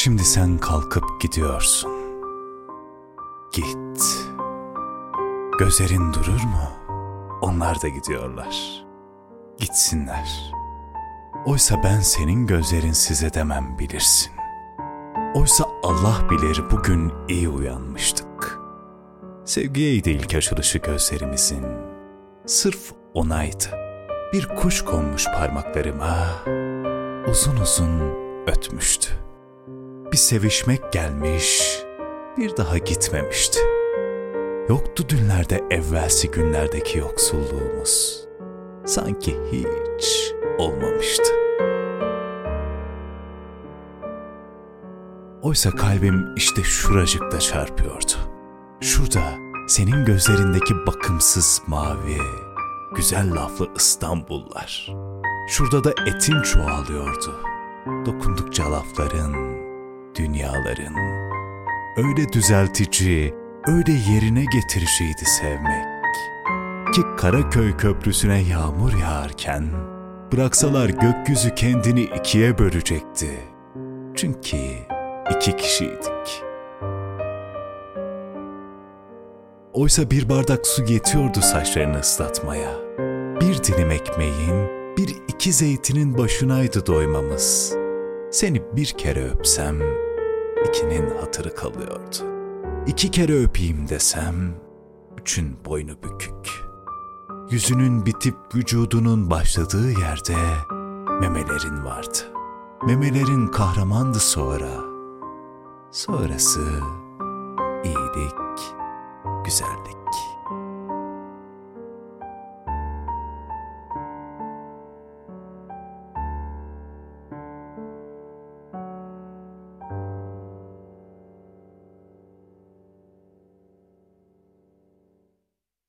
Şimdi sen kalkıp gidiyorsun. Git. Gözlerin durur mu? Onlar da gidiyorlar. Gitsinler. Oysa ben senin gözlerinsiz edemem bilirsin. Oysa Allah bilir bugün iyi uyanmıştık. Sevgiyeydi ilk açılışı gözlerimizin. Sırf onaydı. Bir kuş konmuş parmaklarıma, uzun uzun ötmüştü. Bir sevişmek gelmiş, bir daha gitmemişti. Yoktu dünlerde evvelsi günlerdeki yoksulluğumuz. Sanki hiç olmamıştı. Oysa kalbim işte şuracıkta çarpıyordu. Şurada senin gözlerindeki bakımsız mavi, güzel laflı İstanbullar. Şurada da etin çoğalıyordu. Dokundukça lafların, dünyaların. Öyle düzeltici, öyle yerine getiriciydi sevmek. Ki Karaköy Köprüsü'ne yağmur yağarken, bıraksalar gökyüzü kendini ikiye bölecekti. Çünkü 2 kişiydik. Oysa bir bardak su yetiyordu saçlarını ıslatmaya. Bir dilim ekmeğin, 1-2 zeytinin başınaydı doymamız. Seni bir kere öpsem, 2'nin hatırı kalıyordu. 2 kere öpeyim desem, 3'ün boynu bükük. Yüzünün bitip vücudunun başladığı yerde memelerin vardı. Memelerin kahramandı sonra. Sonrası iyilik, güzellik.